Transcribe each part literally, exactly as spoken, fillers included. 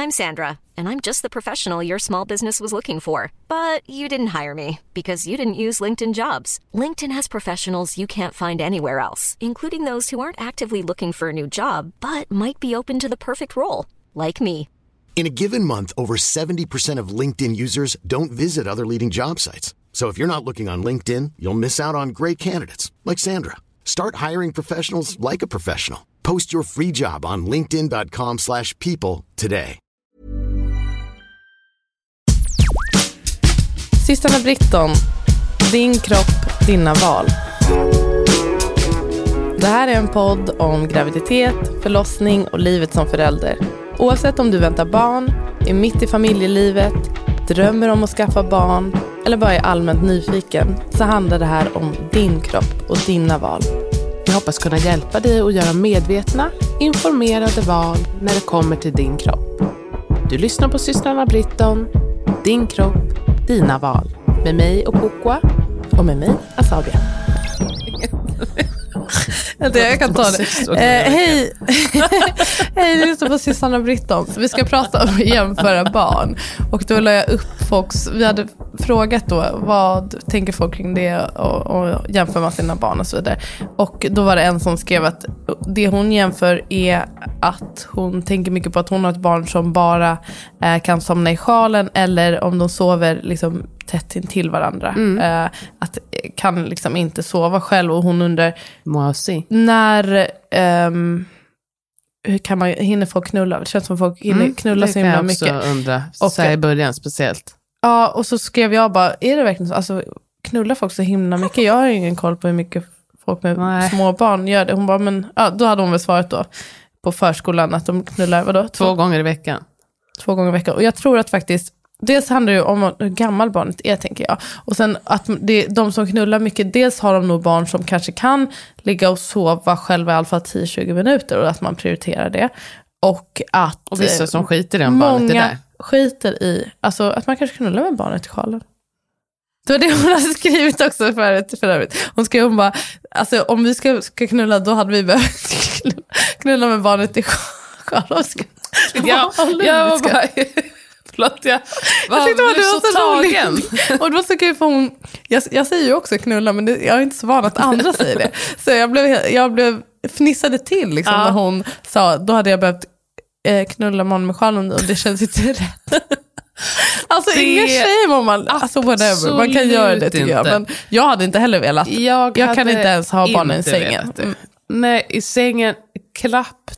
I'm Sandra, and I'm just the professional your small business was looking for. But you didn't hire me because you didn't use LinkedIn Jobs. LinkedIn has professionals you can't find anywhere else, including those who aren't actively looking for a new job, but might be open to the perfect role, like me. In a given month, over seventy percent of LinkedIn users don't visit other leading job sites. So if you're not looking on LinkedIn, you'll miss out on great candidates like Sandra. Start hiring professionals like a professional. Post your free job on linkedin dot com slash people today. Systrarna Britton, din kropp, dina val. Det här är en podd om graviditet, förlossning och livet som förälder. Oavsett om du väntar barn, är mitt i familjelivet, drömmer om att skaffa barn eller bara är allmänt nyfiken, så handlar det här om din kropp och dina val. Vi hoppas kunna hjälpa dig att göra medvetna, informerade val när det kommer till din kropp. Du lyssnar på Systrarna Britton, din kropp, dina val. Med mig och Kokwa och med mig, Asabia. Jag kan ta det. Eh, hej, hej, du lyssnar på Systrarna Britton. Vi ska prata om att jämföra barn. Och då la jag upp folks, vi hade frågat då, vad tänker folk kring det och, och jämför man sina barn och så vidare. Och då var det en som skrev att det hon jämför är att hon tänker mycket på att hon har ett barn som bara eh, kan somna i sjalen, eller om de sover liksom tätt in till varandra. Mm. Eh, att kan liksom inte sova själv, och hon undrar Måsig. när ehm, hur kan man hinner folk knulla? Det känns som folk hinner mm, knulla så himla mycket. Det kan jag också undra, och, så här i början speciellt. Ja, och så skrev jag bara, är det verkligen så? Alltså, knullar folk så himla mycket? Jag har ju ingen koll på hur mycket folk med Nej. små barn gör det. Hon bara, men ja, då hade hon väl svarat då på förskolan att de knullar, vadå? Två, Två gånger i veckan. Två gånger i veckan. Och jag tror att faktiskt, dels handlar det ju om hur gammal barnet är, tänker jag. Och sen att det, de som knullar mycket, dels har de nog barn som kanske kan ligga och sova själva i alla fall tio till tjugo minuter, och att man prioriterar det. Och att och vissa som skiter i den barnet är där. Skiter i, alltså att man kanske knullar med barnet i sjalen. Det var det hon hade skrivit också förut, för övrigt. Hon skrev hon bara, alltså om vi ska, ska knulla, då hade vi behövt knulla med barnet i sjalen. Ja, jag var bara... Förlåt, jag var, jag tyckte det var så, så tagen. Och det var så kul för hon, jag, jag säger ju också knulla, men det, jag är inte så van att andra säger det. Så jag blev, jag blev fnissade till liksom, ja. När hon sa, då hade jag behövt eh, knulla man med sjalen, och det känns inte rätt. Alltså det inga shame om man, alltså whatever, man kan göra det tycker jag. Men jag hade inte heller velat, jag, jag kan inte ens ha barnen i sängen. Mm. Nej, i sängen klappt.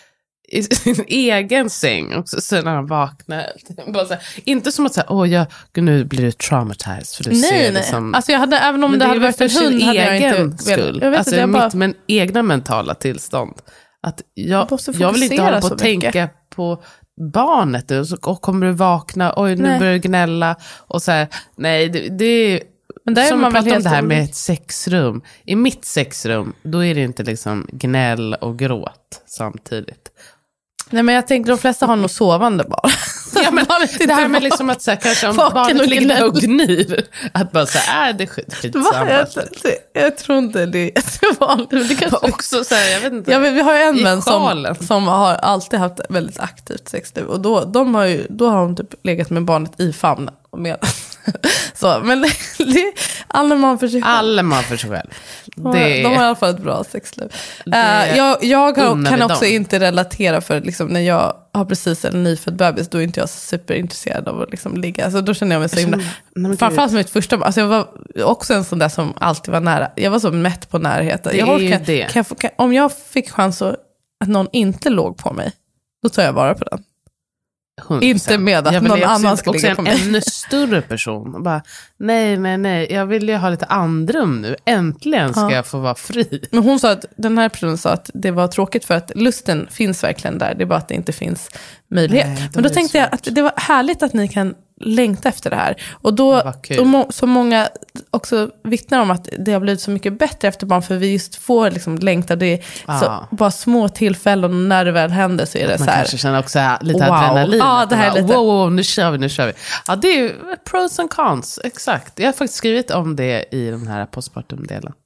I sin egen säng också, så när han vaknar. Bara så här, inte som att säga, åh, jag, nu blir du traumatized. För du nej, ser nej. Det som... Alltså jag hade, även om det, det hade varit en hund, hade jag inte skull. Jag vet alltså jag mitt bara... men egna mentala tillstånd. Att jag, jag, jag vill inte hålla på att tänka på barnet. Och så och kommer du vakna, oj, nu nej. börjar du gnälla. Och så här, nej, det, det är... Men där som man pratar om det här med ett sexrum. I mitt sexrum, då är det inte liksom gnäll och gråt samtidigt. Nej, men jag tänker de flesta har nog sovande barn. Ja, men det här med liksom att så här, kanske om barnet ligger och gnyr, att bara så här, är det skit, skitsamma. Jag, jag tror inte det är jättevanligt. Det kanske också så här, jag vet inte. Ja, vi har ju en vän som, som har alltid haft väldigt aktivt sexliv, och då, de har ju, då har hon typ legat med barnet i famnen och med. Så, men det, alla man för sig själv. Alla man för sig själv. Det... De har i alla fall ett bra sexliv. Uh, jag jag har, kan också dem. inte relatera, för liksom, när jag har precis en nyfödd bebis, då är inte jag superintresserad av att liksom ligga. Alltså, då känner jag mig så himla... Framförallt mitt första barn. Alltså, jag var också en sån där som alltid var nära. Jag var så mätt på närheten. Jag orkar, det. Kan jag, kan, om jag fick chans att någon inte låg på mig, då tar jag vara på den. hundra procent. Inte med att någon annan ska ligga på mig. En ännu större person. Och bara, nej, nej, nej. Jag vill ju ha lite andrum nu. Äntligen ska ja. jag få vara fri. Men hon sa att, den här personen sa att det var tråkigt för att lusten finns verkligen där. Det är bara att det inte finns möjlighet. Nej, men då tänkte jag att det var härligt att ni kan längta efter det här. Och då, då må, så många också vittnar om att det har blivit så mycket bättre efter barn, för vi just får liksom längta. Det är ah. så, bara små tillfällen, och när det väl händer så är det man så här. Man kanske känner också lite wow. adrenalin. Ja, det här är lite... Wow, wow, nu kör vi, nu kör vi. Ja, det är ju pros and cons, exakt. Jag har faktiskt skrivit om det i den här postpartum-delen.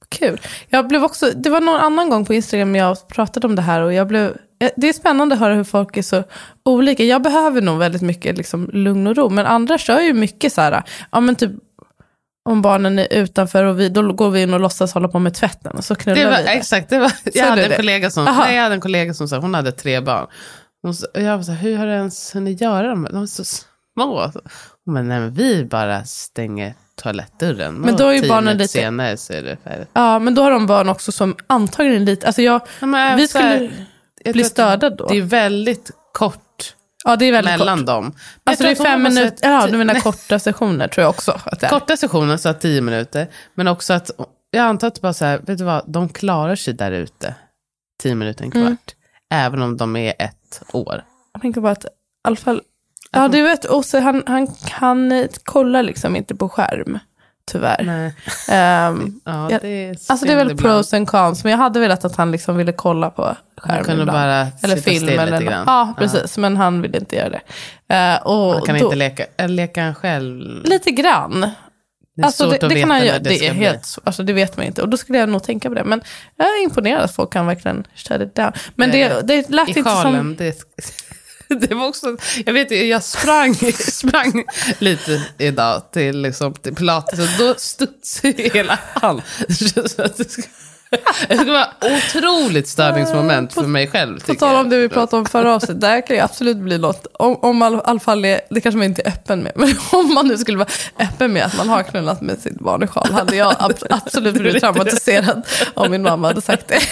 Kul. Jag blev också, det var någon annan gång på Instagram jag pratade om det här och jag blev, det är spännande att höra hur folk är så olika. Jag behöver nog väldigt mycket liksom lugn och ro, men andra kör ju mycket så här, ja men typ om barnen är utanför och vi, då går vi in och låtsas hålla på med tvätten och så knullar det var, vi det. Exakt, det var, jag, hade en kollega som, nej, jag hade en kollega som sa, hon hade tre barn. Och jag var så här, hur har du ens hunnit göra dem? De är så små. Men nej, men vi bara stänger toalettdörren. Men då är ju barnen lite senare så är det färdigt. Ja, men då har de barn också som antagligen lite, alltså jag, ja, vi skulle här, bli störda då. Det är väldigt kort. Ja, det är väldigt mellan kort. dem. Alltså det är fem minuter, ja, du menar nej. korta sessioner tror jag också. Att det är. Korta sessioner, så att tio minuter. Men också att, jag antar att bara så här, vet du vad, de klarar sig där ute. Tio minuter, en kvart. Mm. Även om de är ett år. Jag tänker bara att i alla fall, ja du vet, också, han, han kan kolla liksom inte på skärm. Tyvärr. Nej. Um, ja, jag, det är alltså det är väl pros and cons, men jag hade velat att han liksom ville kolla på skärmen kunde bara eller film eller lite grann. Ja, precis, ja. Men han ville inte göra det. Uh, och han kan då, inte leka, eller leka han själv. Lite grann. Det är alltså svårt det, att det veta kan han göra, det, det är helt, alltså det vet man inte. Och då skulle jag nog tänka på det, men jag är imponerad att folk kan verkligen shut it down. Men det, det, det lät inte sjalen, som det, det var också, jag vet jag sprang sprang lite idag till liksom till pilates och då studsade hela hand. Så att det ska, det ska vara otroligt störningsmoment för mig själv. På tal om det vi pratade om förra avsnittet, där kan ju absolut bli något. Om, om man i alla fall är, det kanske man inte är öppen med, men om man nu skulle vara öppen med att man har knullat med sitt barn i sjal, hade jag ab- absolut blivit traumatiserad om min mamma hade sagt det.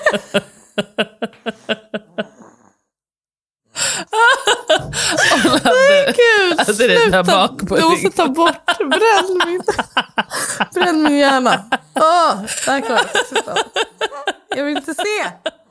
Nej, gud, alltså, sluta, du måste ta bort, bränn min bränn min hjärna. Åh, oh, där klarar jag, sluta. Jag vill inte se.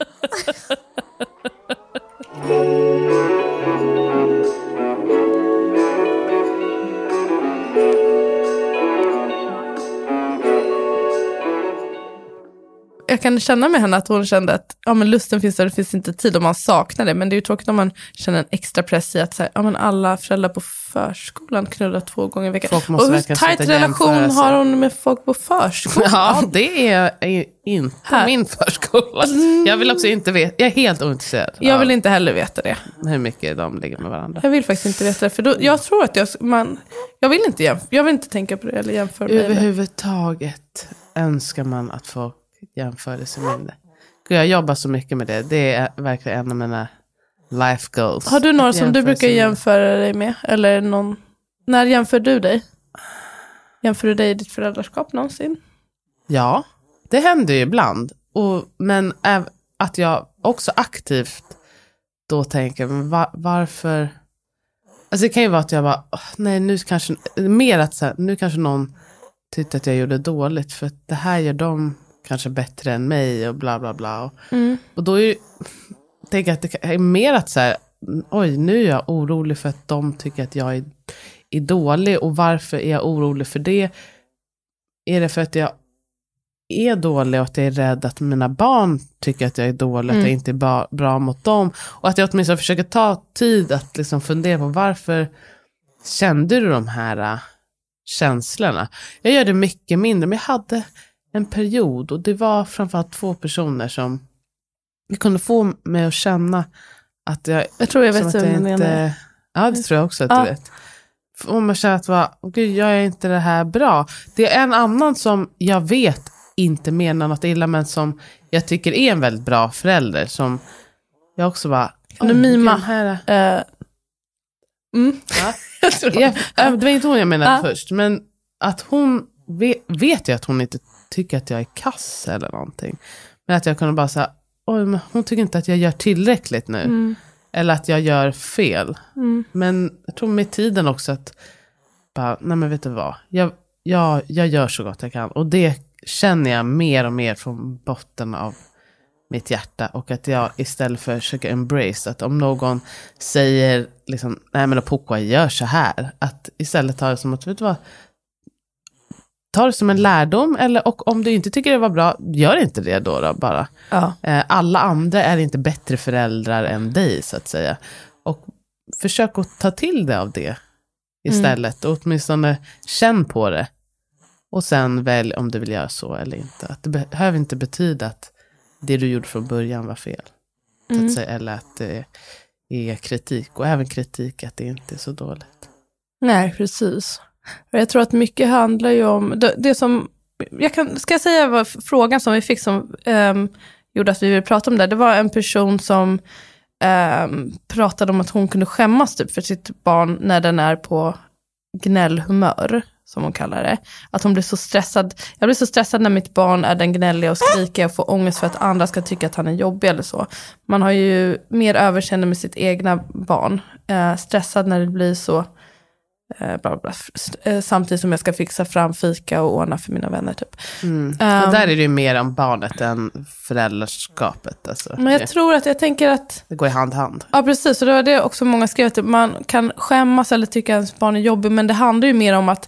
Jag kan känna med henne att hon kände att ja, men lusten finns där, det finns inte tid om man saknar det. Men det är ju tråkigt om man känner en extra press i att säga, ja, men alla föräldrar på förskolan knullar två gånger i veckan. Och hur tajt relation har hon med folk på förskolan? Ja, det är inte här. Min förskola. Jag vill också inte veta, jag är helt ointresserad. Jag vill inte heller veta det. Hur mycket de ligger med varandra. Jag vill faktiskt inte veta det, för då, jag tror att jag, man, jag vill inte jämföra, jag vill inte tänka på det eller jämföra med överhuvudtaget önskar man att folk jämförelse med det. Jag jobbar så mycket med det. Det är verkligen en av mina life goals. Har du några som du brukar jämföra dig med? Eller någon? När jämför du dig? Jämför du dig i ditt föräldraskap någonsin? Ja, det händer ju ibland. Och, men äv, att jag också aktivt då tänker, men var, varför... Alltså det kan ju vara att jag bara, oh, nej nu kanske, mer att så här, nu kanske någon tyckte att jag gjorde dåligt, för att det här gör de kanske bättre än mig och bla bla bla. Och, mm. och då är ju, tänker jag att det är mer att så här, oj, nu är jag orolig för att de tycker att jag är, är dålig, och varför är jag orolig för det? Är det för att jag är dålig och att jag är rädd att mina barn tycker att jag är dålig, mm. att jag inte är ba- bra mot dem, och att jag åtminstone försöker ta tid att liksom fundera på varför kände du de här uh, känslorna? Jag gör det mycket mindre, men jag hade en period, och det var framförallt två personer som jag kunde få mig att känna att jag... Jag tror jag vet vad du menar. Ja, det tror jag också att ja. du vet. Om man känner att va, gud, jag är inte det här bra. Det är en annan som jag vet inte menar något illa, men som jag tycker är en väldigt bra förälder, som jag också bara... Kan du mima? Här... Uh, mm. ja. jag, det var inte hon jag menade uh. först, men att hon vet, vet jag att hon inte tycker att jag är kass eller någonting. Men att jag kunde bara säga, oj, men hon tycker inte att jag gör tillräckligt nu. Mm. Eller att jag gör fel. Mm. Men jag tror med tiden också att bara, nej men vet du vad, jag, jag, jag gör så gott jag kan. Och det känner jag mer och mer från botten av mitt hjärta. Och att jag istället för att försöka embrace, att om någon säger liksom, nej men Pukwa gör så här, att istället ta det som att, vet du vad, ta det som en lärdom, eller, och om du inte tycker det var bra, gör inte det då, då bara. Ja. Eh, alla andra är inte bättre föräldrar än dig, så att säga. Och försök att ta till det av det istället. Mm. Och åtminstone känn på det. Och sen välj om du vill göra så eller inte. Att det behöver inte betyda att det du gjorde från början var fel. Mm. Att säga, eller att det är kritik. Och även kritik att det inte är så dåligt. Nej, precis. Och jag tror att mycket handlar ju om... Det, det som... Jag kan, ska jag säga vad frågan som vi fick som um, gjorde att vi ville prata om det. Det var en person som um, pratade om att hon kunde skämmas typ för sitt barn när den är på gnällhumör, som hon kallar det. Att hon blir så stressad. Jag blir så stressad när mitt barn är den gnälliga och skriker och får ångest för att andra ska tycka att han är jobbig eller så. Man har ju mer överseende med sitt egna barn. Uh, stressad när det blir så... Uh, bla bla, uh, samtidigt som jag ska fixa fram fika och ordna för mina vänner typ. Mm. Um, och där är det ju mer om barnet än föräldraskapet alltså. Men jag det, tror att jag tänker att det går i hand i hand. Ja precis, och det var det också många skrev att man kan skämmas eller tycka att ens barn är jobbig, men det handlar ju mer om att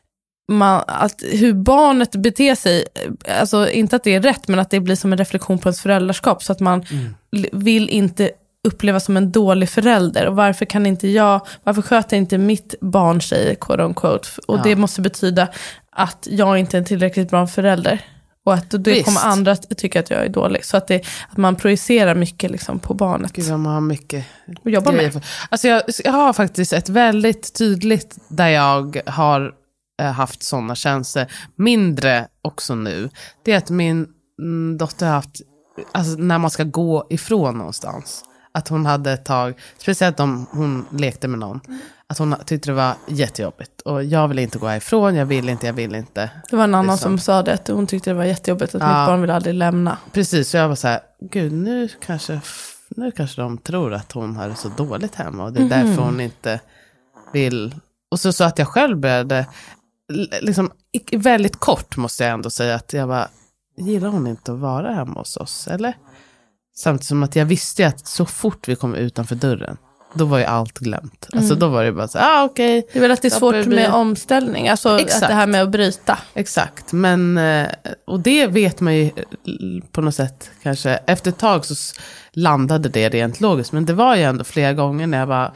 man, att hur barnet beter sig, alltså inte att det är rätt, men att det blir som en reflektion på ens föräldraskap, så att man mm. vill inte uppleva som en dålig förälder. Och varför kan inte jag, varför sköter inte mitt barn sig, quote on quote? Och ja. Det måste betyda att jag inte är en tillräckligt bra förälder. Och att det Visst. kommer andra att tycka att jag är dålig. Så att, det, att man projicerar mycket liksom på barnet. Gud, man har mycket och jobba med. Alltså jag, jag har faktiskt ett väldigt tydligt där jag har äh, haft sådana känslor. Mindre också nu. Det är att min mm, dotter har haft, alltså när man ska gå ifrån någonstans. Att hon hade ett tag, speciellt om hon lekte med någon, att hon tyckte det var jättejobbigt. Och jag vill inte gå härifrån, jag vill inte, jag vill inte. Det var en annan liksom. som sa det, att hon tyckte det var jättejobbigt, att ja. mitt barn ville aldrig lämna. Precis, så jag var så här, gud nu kanske, nu kanske de tror att hon har det så dåligt hemma. Och det är mm. därför hon inte vill. Och så, så att jag själv började, liksom väldigt kort måste jag ändå säga, att jag bara, gillar hon inte att vara hemma hos oss, eller? Samtidigt som att jag visste att så fort vi kom utanför dörren, då var ju allt glömt. Mm. Alltså då var det bara så, ah okej. Okay, det är väl att det är svårt med omställning, alltså Exakt. att det här med att bryta. Exakt, men och det vet man ju på något sätt kanske. Efter ett tag så landade det rent logiskt, men det var ju ändå flera gånger när jag bara,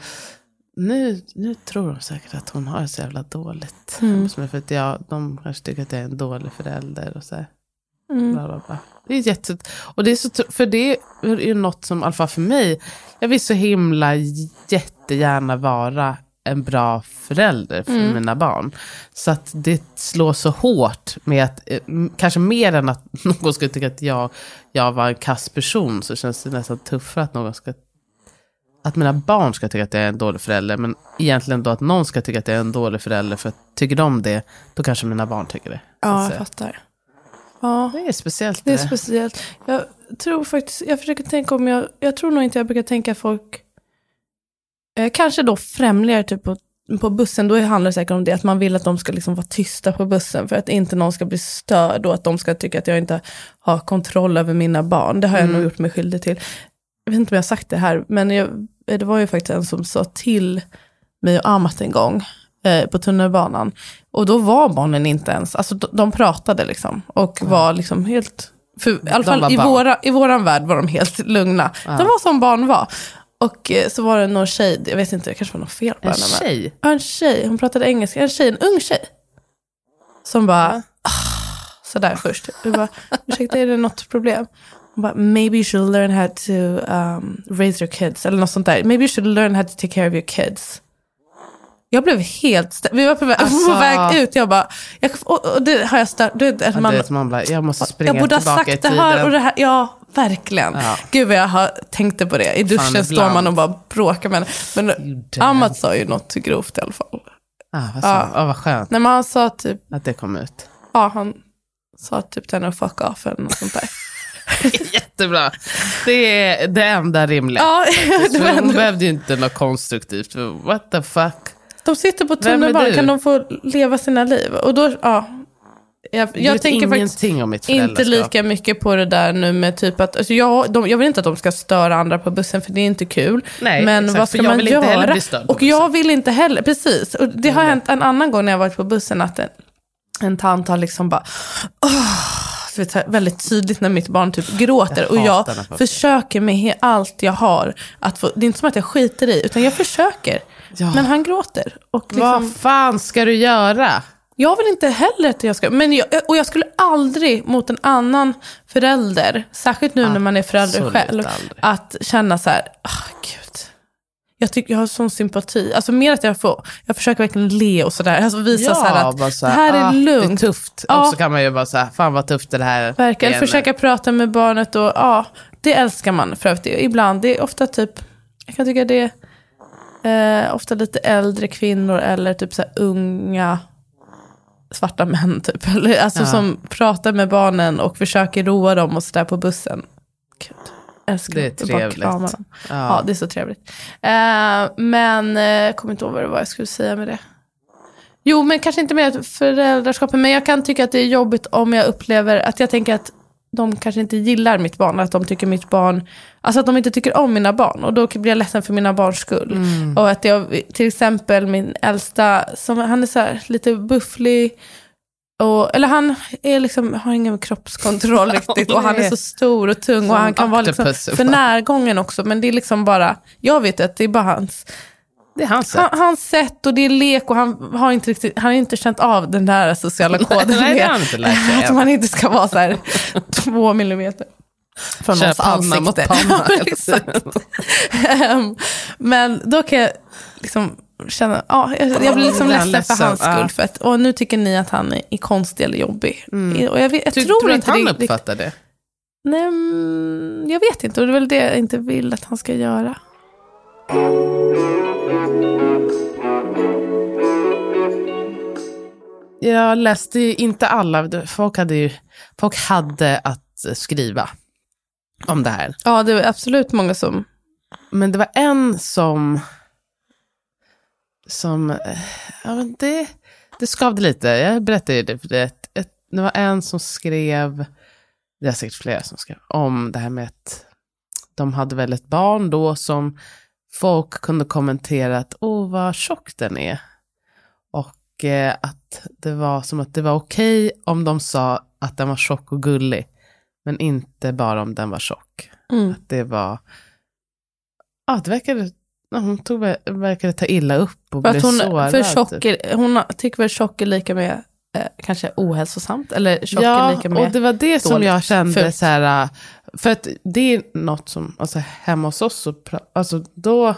nu, nu tror de säkert att hon har det så jävla dåligt. Mm. För att jag, de kanske tycker att jag är en dålig förälder och så här. Mm. Bla, bla, bla. Det är jätte, och det är så, för det är ju något som i alla fall för mig, jag vill så himla jättegärna vara en bra förälder för mm. mina barn, så att det slår så hårt med att kanske mer än att någon skulle tycka att jag, jag var en kass person, så känns det nästan tuffare att någon ska, att mina barn ska tycka att jag är en dålig förälder, men egentligen då att någon ska tycka att jag är en dålig förälder, för att tycker de det, då kanske mina barn tycker det. Ja, jag fattar. Ja, det är speciellt. Det är speciellt. Jag tror faktiskt, jag försöker tänka om jag, jag tror nog inte jag brukar tänka folk, eh, kanske då främlingar typ på, på bussen, då handlar det säkert om det, att man vill att de ska liksom vara tysta på bussen, för att inte någon ska bli störd och att de ska tycka att jag inte har kontroll över mina barn. Det har jag mm. nog gjort mig skyldig till. Jag vet inte om jag har sagt det här, men jag, det var ju faktiskt en som sa till mig och Amat en gång på tunnelbanan. Och då var barnen inte ens, alltså de, de pratade liksom och mm. var liksom helt, för, i alla fall i, våra, i våran värld var de helt lugna. Ja. De var som barn var. Och så var det någon tjej, jag vet inte, det kanske var något fel på en henne. En tjej? Ja, en tjej, hon pratade engelska, en tjej, en ung tjej. Som bara, ja. ah, sådär först. Jag bara, ursäkta, är det något problem? Hon bara, maybe you should learn how to um, raise your kids, eller något sånt där. Maybe you should learn how to take care of your kids. Jag blev helt st- vi var på väg, alltså, på väg ut, jag bara jag, och, och det har jag stört, det är man, det man bara, jag måste springa jag borde ha tillbaka sagt det här och det här, ja verkligen. Ja. Gud vad jag har tänkte på det. I duschen Fan, står man och bara bråkar med men Amat sa ju något grovt i alla fall. Ah, vad, ja. ah, vad skönt. Nej, men han sa typ att det kom ut. Ja, han sa typ till henne att fuck off eller något sånt där. Jättebra. Det är det enda rimliga. Ja, det var hon behövde ju inte något konstruktivt. What the fuck? De sitter på tunnelbanan, kan de få leva sina liv? Och då, ja. Jag, jag tänker faktiskt om mitt inte lika mycket på det där nu med typ att, alltså jag, de, jag vill inte att de ska störa andra på bussen, för det är inte kul. Nej, men exakt, vad ska man göra? Och jag vill inte heller, precis. Och det har hänt en annan gång när jag varit på bussen att en, en tant har liksom bara åh, vet, väldigt tydligt när mitt barn typ gråter. Jag och jag försöker med allt jag har att få, det är inte som att jag skiter i, utan jag försöker. Ja. Men han gråter. Och liksom, vad fan ska du göra? Jag vill inte heller att jag ska... Men jag, och jag skulle aldrig mot en annan förälder, särskilt nu när man är förälder Absolut själv, aldrig. Att känna så här, oh, gud. Jag tycker jag har sån sympati. Alltså mer att jag får, jag försöker verkligen le och sådär. Alltså visa ja, så här att så här, det här är ah, lugnt. Det är tufft. Ja. Och så kan man ju bara säga, fan vad tufft det här är. Verkligen, försöka prata med barnet och ja, det älskar man för att det, ibland, det är ofta typ, jag kan tycka det är eh, ofta lite äldre kvinnor eller typ så här unga svarta män typ. Eller, alltså ja. Som pratar med barnen och försöker roa dem och sådär på bussen. Gud. Älskar det är trevligt. Ja. ja, det är så trevligt. Uh, men jag uh, kommer inte ihåg vad det var jag skulle säga med det. Jo, men kanske inte med föräldraskapet. Men jag kan tycka att det är jobbigt om jag upplever att jag tänker att de kanske inte gillar mitt barn. Att de tycker mitt barn... Alltså att de inte tycker om mina barn. Och då blir jag ledsen för mina barns skull. Mm. Och att jag, till exempel min äldsta, som, han är så här lite bufflig... Och, eller han är liksom, har ingen kroppskontroll riktigt. Och han är så stor och tung. Som och han kan vara liksom för närgången också. Men det är liksom bara, jag vet att det är bara hans... Det är hans sätt. Han, hans sätt och det är lek och han har inte riktigt, han har inte känt av den där sociala koden. Nej, det har han inte lärt sig. Att man inte ska vara så här två millimeter från Kör någons ansikte. Mot panna. Exakt. um, men då kan jag liksom känna, ja, jag, jag blir liksom oh, ledsen, ledsen för hans skull. Ja. För att, och nu tycker ni att han är, är konstig eller jobbig. Mm. Och jag, vet, jag du, tror tror inte att han det, uppfattar det? Nej, jag vet inte. Och det är väl det jag inte vill att han ska göra. Jag läste ju inte alla. Folk hade ju folk hade att skriva om det här. Ja, det var absolut många som... Men det var en som... Som... Ja, men det, det skavde lite. Jag berättade ju det. För det, ett, det var en som skrev... Det är säkert flera som skrev om det här med att de hade väl ett barn då som folk kunde kommentera att åh, vad tjock den är. Och eh, att det var som att det var okej om de sa att den var tjock och gullig. Men inte bara om den var tjock. Mm. Att det var... Ja, det verkade... Hon tog, verkade ta illa upp och blev sårad. För tjock, hon tycker väl tjock är lika med eh, kanske ohälsosamt. Eller tjock ja, är lika med... och det var det som jag kände för, så här... För att det är något som... Alltså hemma hos oss så... Alltså då...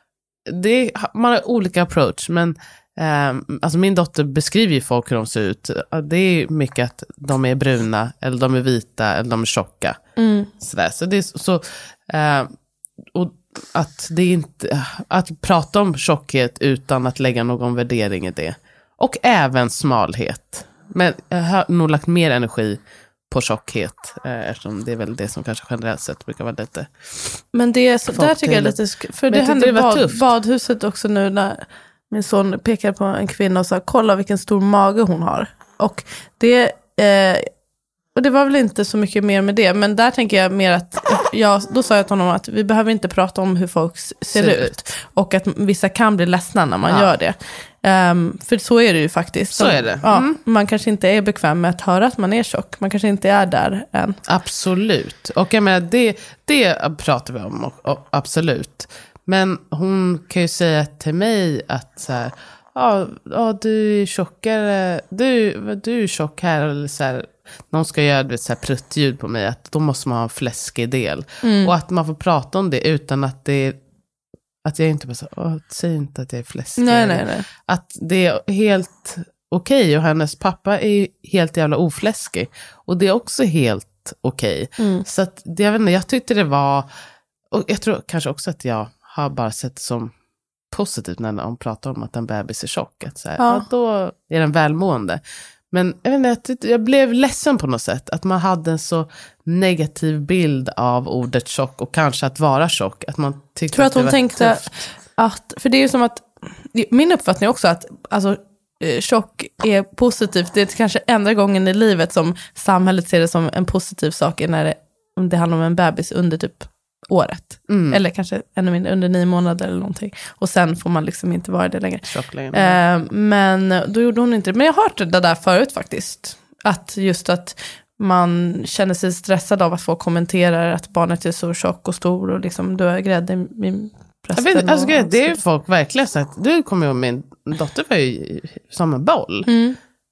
Det, man har olika approach, men... Um, alltså min dotter beskriver ju folk hur de ser ut. Det är mycket att de är bruna eller de är vita eller de är tjocka. Mm. Sådär. Så det är så uh, och att det är inte att prata om tjockhet utan att lägga någon värdering i det. Och även smalhet. Men jag har nog lagt mer energi på tjockhet uh, eftersom det är väl det som kanske generellt sett brukar vara lite. Men det är så där tycker jag lite för det hände i bad, badhuset också nu när min son pekade på en kvinna och sa, kolla vilken stor mage hon har. Och det, eh, och det var väl inte så mycket mer med det. Men där tänker jag mer att, jag, då sa jag till honom att vi behöver inte prata om hur folk ser, ser ut. ut. Och att vissa kan bli ledsna när man ja. gör det. Um, för så är det ju faktiskt. Så, så är det. Ja, mm. Man kanske inte är bekväm med att höra att man är tjock. Man kanske inte är där än. Absolut. Och jag menar, det, det pratar vi om, och, och, absolut. Men hon kan ju säga till mig att så här, ja, ja du är tjockare, du, du är tjock här, eller så här, någon ska göra ett så här pruttljud på mig, att då måste man ha en fläskig del. Mm. Och att man får prata om det utan att det att jag inte bara så, åh, säg inte att jag är fläskig. Nej, nej, nej. Att det är helt okej, okay, och hennes pappa är helt jävla ofläskig. Och det är också helt okej. Okay. Mm. Så att, jag vet inte, jag tyckte det var, och jag tror kanske också att jag har bara sett det som positivt när de pratar om att en bebis är tjock. Att så här, ja. Ja, då är den välmående. Men jag, vet inte, jag blev ledsen på något sätt. Att man hade en så negativ bild av ordet tjock. Och kanske att vara tjock. Att man tyckte tror att, att det hon var tänkte tufft. Att, för det är ju som att, min uppfattning är också att alltså, tjock är positivt. Det är kanske enda gången i livet som samhället ser det som en positiv sak. När det, om det handlar om en bebis under typ året. Mm. Eller kanske ännu mindre, under nio månader eller någonting. Och sen får man liksom inte vara det längre. Eh, men då gjorde hon inte det. Men jag har hört det där förut faktiskt. Att just att man känner sig stressad av att få kommenterar att barnet är så tjock och stor och liksom du har grädde i brösten. Jag vet, alltså, och, det är ju folk verkligen sagt. Du kommer ihåg min dotter var ju som en boll. Mm.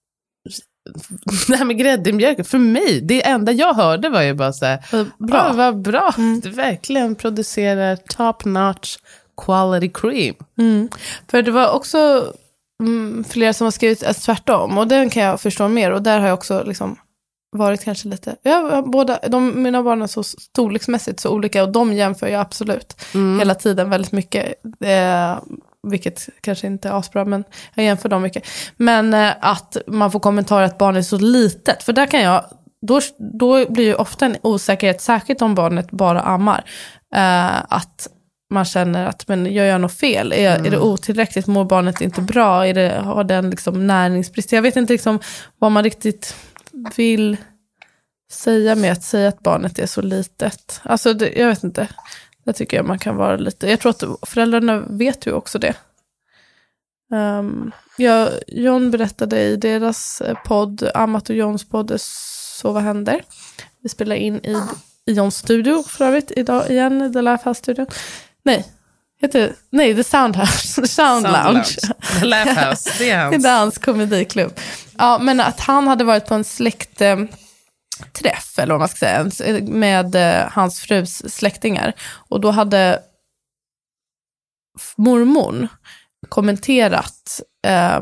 det här med grädde i mjölken, för mig, det enda jag hörde var ju bara så här, bra, oh, vad bra, mm. du verkligen producerar top notch quality cream. Mm. För det var också mm, flera som har skrivit alltså, tvärtom, och den kan jag förstå mer, och där har jag också liksom varit kanske lite, ja, båda, de, mina barn är så storleksmässigt så olika, och de jämför jag absolut mm. hela tiden väldigt mycket, eh, vilket kanske inte är asbra, men jag jämför dem mycket. Men eh, att man får kommentarer att barnet är så litet, för där kan jag, då, då blir ju ofta en osäkerhet, särskilt om barnet bara ammar, eh, att man känner att, men jag gör något fel, är, mm. är det otillräckligt, mår barnet inte bra, är det, har den liksom näringsbrist, jag vet inte liksom vad man riktigt vill säga med att säga att barnet är så litet. Alltså det, jag vet inte. Det tycker jag man kan vara lite. Jag tror att föräldrarna vet ju också det. Um, jag, John berättade i deras podd, Amat och Johns podd Så vad händer? Vi spelar in i, i Johns studio för övrigt idag igen, i The Lifehouse-studion. Nej, heter nej, The Soundhouse. The Sound, Sound Lounge. Lounge. The Lifehouse, det är hans. Det är hans komediklubb. Ja, men att han hade varit på en släkt... Eh, träff, eller vad man ska säga, med eh, hans frus släktingar. Och då hade mormon kommenterat eh,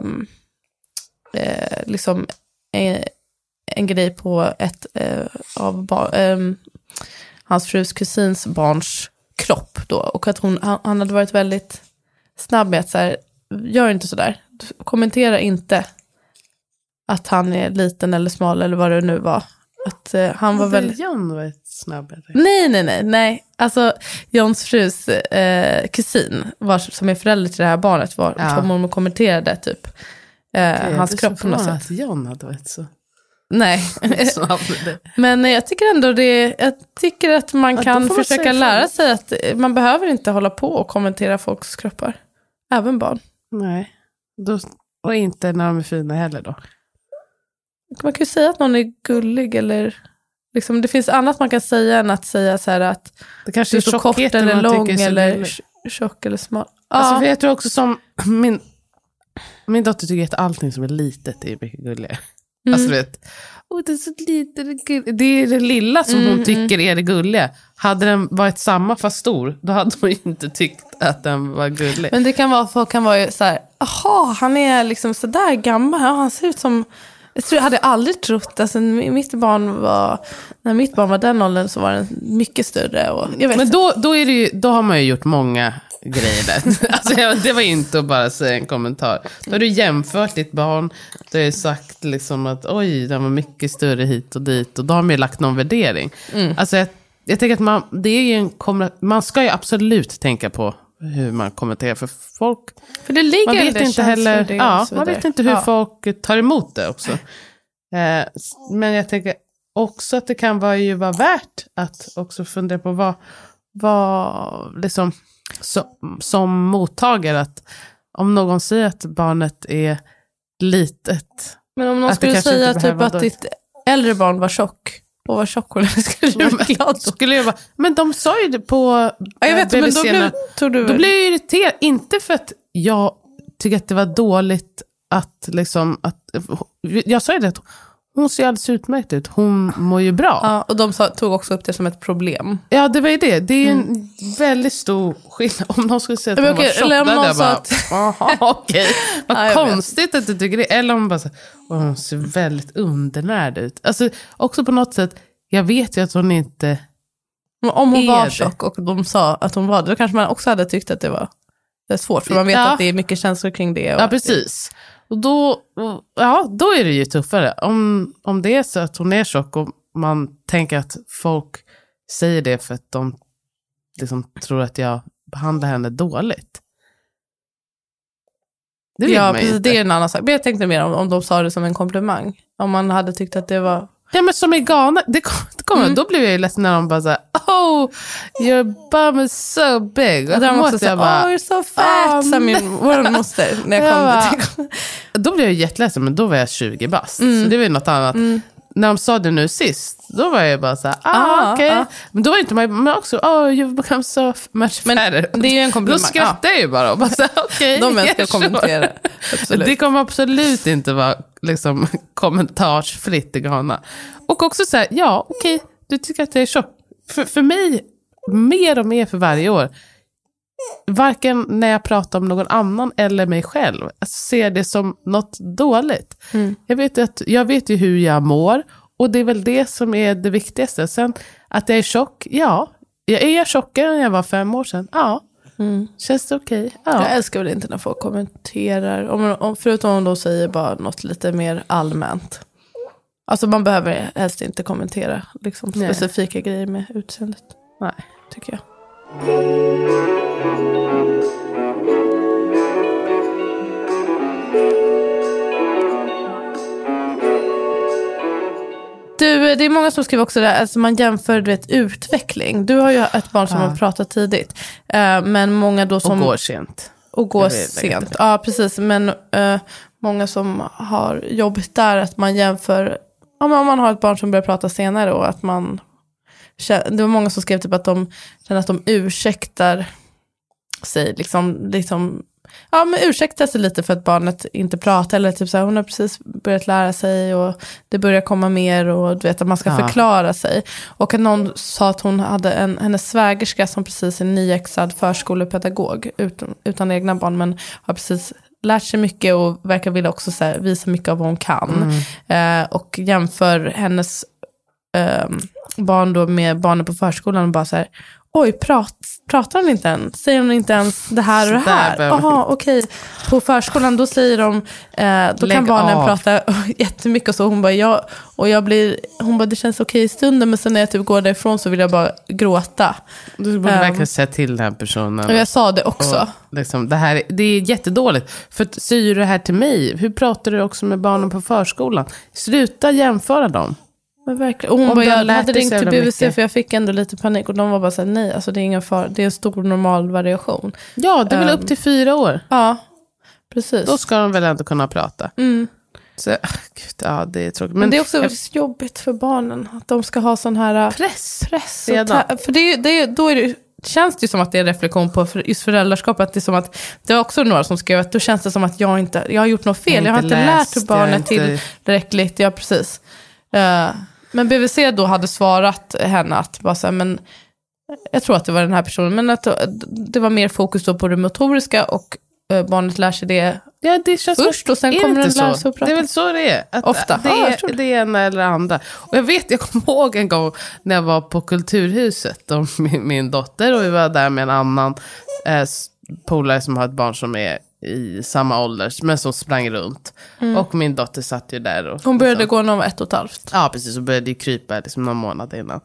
eh, liksom en, en grej på ett eh, av bar, eh, hans frus kusins barns kropp då. Och att hon, han, han hade varit väldigt snabb med att så här, gör inte sådär. Kommentera inte att han är liten eller smal eller vad det nu var. Att uh, han var väldigt... John var snabb. Nej, nej, nej, nej. Alltså, Johns frus uh, kusin, var, som är förälder till det här barnet, var, ja. som hon kommenterade typ uh, hans kropp på något sätt. Att John hade varit så... Nej. Men jag tycker ändå det, jag tycker att man ja, kan försöka lära sig att man behöver inte hålla på och kommentera folks kroppar. Även barn. Nej. Då, och inte när de är fina heller då. Man kan ju säga att någon är gullig, eller liksom, det finns annat man kan säga än att säga så här att det kanske är så kort eller lång eller tjock eller smal. Alltså, för jag tror också som min, min dotter tycker att allting som är litet är mycket gulligare. Mm. Alltså vet, oh, det är så litet, det, det är det lilla som mm, hon tycker mm. är det gulliga. Hade den varit samma fast stor, då hade hon ju inte tyckt att den var gullig. Men det kan vara, folk kan vara ju så här, aha, han är liksom så där gammal, ja, han ser ut som... Jag, tror, jag hade aldrig trott, alltså, mitt barn var, när mitt barn var den åldern så var den mycket större. Och, jag vet Men då, då, är det ju, då har man ju gjort många grejer där. Alltså, det var inte att bara säga en kommentar. Då har du jämfört ditt barn, då har du sagt liksom att oj, den var mycket större hit och dit, och då har man ju lagt någon värdering. Mm. Alltså jag, jag tänker att man, det är ju en, man ska ju absolut tänka på hur man kommenterar, för folk, för det ligger man vet inte heller, ja, man vet inte hur ja. folk tar emot det också. Eh, men jag tänker också att det kan vara ju vara värt att också fundera på vad, vad liksom så, som mottagare, att om någon säger att barnet är litet, men om någon skulle säga typ att ditt äldre barn var tjock och var tjock, och skulle du bli glad då? Skulle jag bara, men de sa ju det på ja, jag vet, men då blev, tog du... då blev jag irriterad, inte för att jag tycker att det var dåligt att liksom att, jag sa ju det att hon ser alldeles utmärkt ut, hon mår ju bra. Ja, och de sa, tog också upp det som ett problem. Ja, det var ju det, det är ju mm. en väldigt stor skillnad om någon skulle säga att hon okay, var tjock, eller om någon sa att jaha, okej, vad ja, konstigt vet. Att du tycker det, eller om man bara så, hon ser väldigt undernärd ut. Alltså också på något sätt, jag vet ju att hon inte om hon var tjock och de sa att hon var det, då kanske man också hade tyckt att det var det är svårt, för man vet ja. att det är mycket känslor kring det. Och ja, precis. Och då, ja, då är det ju tuffare. Om, om det är så att hon är tjock och man tänker att folk säger det för att de liksom tror att jag behandlar henne dåligt. Det vill ja, precis, det är en annan sak. Men jag tänkte mer om, om de sa det som en komplimang. Om man hade tyckt att det var... Ja, men som i Ghana, det kom, det kom, mm. då blev jag ju ledsen när de bara såhär, oh, your bum is so big. Och de måste säga, oh, you're so fat, sa min vår moster när jag kom bara, till. Då blev jag jätteledsen, men då var jag tjugo bast. Mm. Så det var ju något annat. Mm. när de sa det nu sist, då var jag bara så här, ah, okej. Okay. Ah. Men då var inte man men också, oh, you've become so much better. Men det är ju en komplimang. Då skrattar jag ju bara och bara så här, okej. Okay, de ska kommentera. Absolut. Det kommer absolut inte vara liksom kommentarsfritt i Ghana. Och också så här, ja, okej, okay, du tycker att det är tjock. För, för mig, mer och mer för varje år, varken när jag pratar om någon annan eller mig själv, jag ser det som något dåligt. Mm. Jag vet att, jag vet ju hur jag mår, och det är väl det som är det viktigaste. Sen att jag är tjock, ja. Jag är tjockare än jag var fem år sedan, ja. Mm. Känns det okej? Okay? Ja. Jag älskar väl inte när folk kommenterar, om, om, förutom om de säger bara något lite mer allmänt. Alltså man behöver helst inte kommentera liksom, specifika Nej. grejer med utseendet. Nej, tycker jag. Du, det är många som skriver också där, alltså man jämför du vet, utveckling. Du har ju ett barn som ja. har pratat tidigt. Uh, men många då som... Och går sent. Och går sent, ja precis. Men uh, många som har jobbigt där, att man jämför... Om man har ett barn som börjar prata senare och att man... Det var många som skrev typ att de känner att de ursäktar sig. Liksom, liksom, ja, men ursäktar sig lite för att barnet inte pratar. Eller typ så här, hon har precis börjat lära sig och det börjar komma mer och du vet att man ska ja. förklara sig. Och att någon sa att hon hade en, hennes svägerska som precis är nyexad förskolepedagog utan, utan egna barn, men har precis lärt sig mycket och verkar vilja också så här, visa mycket av vad hon kan. Mm. Eh, och jämför hennes eh, barn då med barnen på förskolan och bara så här, oj, prat, pratar hon inte ens? Säger hon inte ens det här och det här? Jaha, okej. Okay. På förskolan då säger de, eh, då Lägg kan barnen av. prata jättemycket och så. Hon bara, ja, och jag blir, hon bara, det känns okej okay i stunden, men sen när jag typ går därifrån så vill jag bara gråta. Du borde um, verkligen säga till den här personen. Och jag sa det också. Och liksom, det, här, det är jättedåligt. För att säger du det här till mig, hur pratar du också med barnen på förskolan? Sluta jämföra dem. Men verkligen. Och hon bara, jag hade ringt till B V C mycket. För jag fick ändå lite panik. Och de var bara så här, nej, alltså det är ingen far. Det är en stor normal variation. Ja, det är väl um, upp till fyra år. Ja, precis. Då ska de väl ändå kunna prata. Mm. Så, gud, ja, det är tråkigt. Men, Men det är också jag, jobbigt för barnen. Att de ska ha sån här press. press ta- för det är, det är, då är det, känns det ju som att det är en reflektion på för, just föräldraskap. Att det är som att, det var också några som skrev att då känns det som att jag inte, jag har gjort något fel. Jag, jag har inte läst, lärt barnet till tillräckligt. Ja, precis. Uh, Men B V C då hade svarat henne att bara så här, men jag tror att det var den här personen, men att det var mer fokus då på det motoriska och uh, barnet lär sig det, ja, det känns först och sen kommer den lära sig att prata. Det är väl så det är. Att Ofta. Det är, ja, det är ena eller andra. Och jag vet, jag kommer ihåg en gång när jag var på Kulturhuset och min, min dotter, och vi var där med en annan eh, polare som har ett barn som är i samma ålder, men som sprang runt. Mm. Och min dotter satt ju där. Och, hon började liksom, gå när hon var ett och ett halvt. Ja, precis. Hon började ju krypa liksom någon månad innan.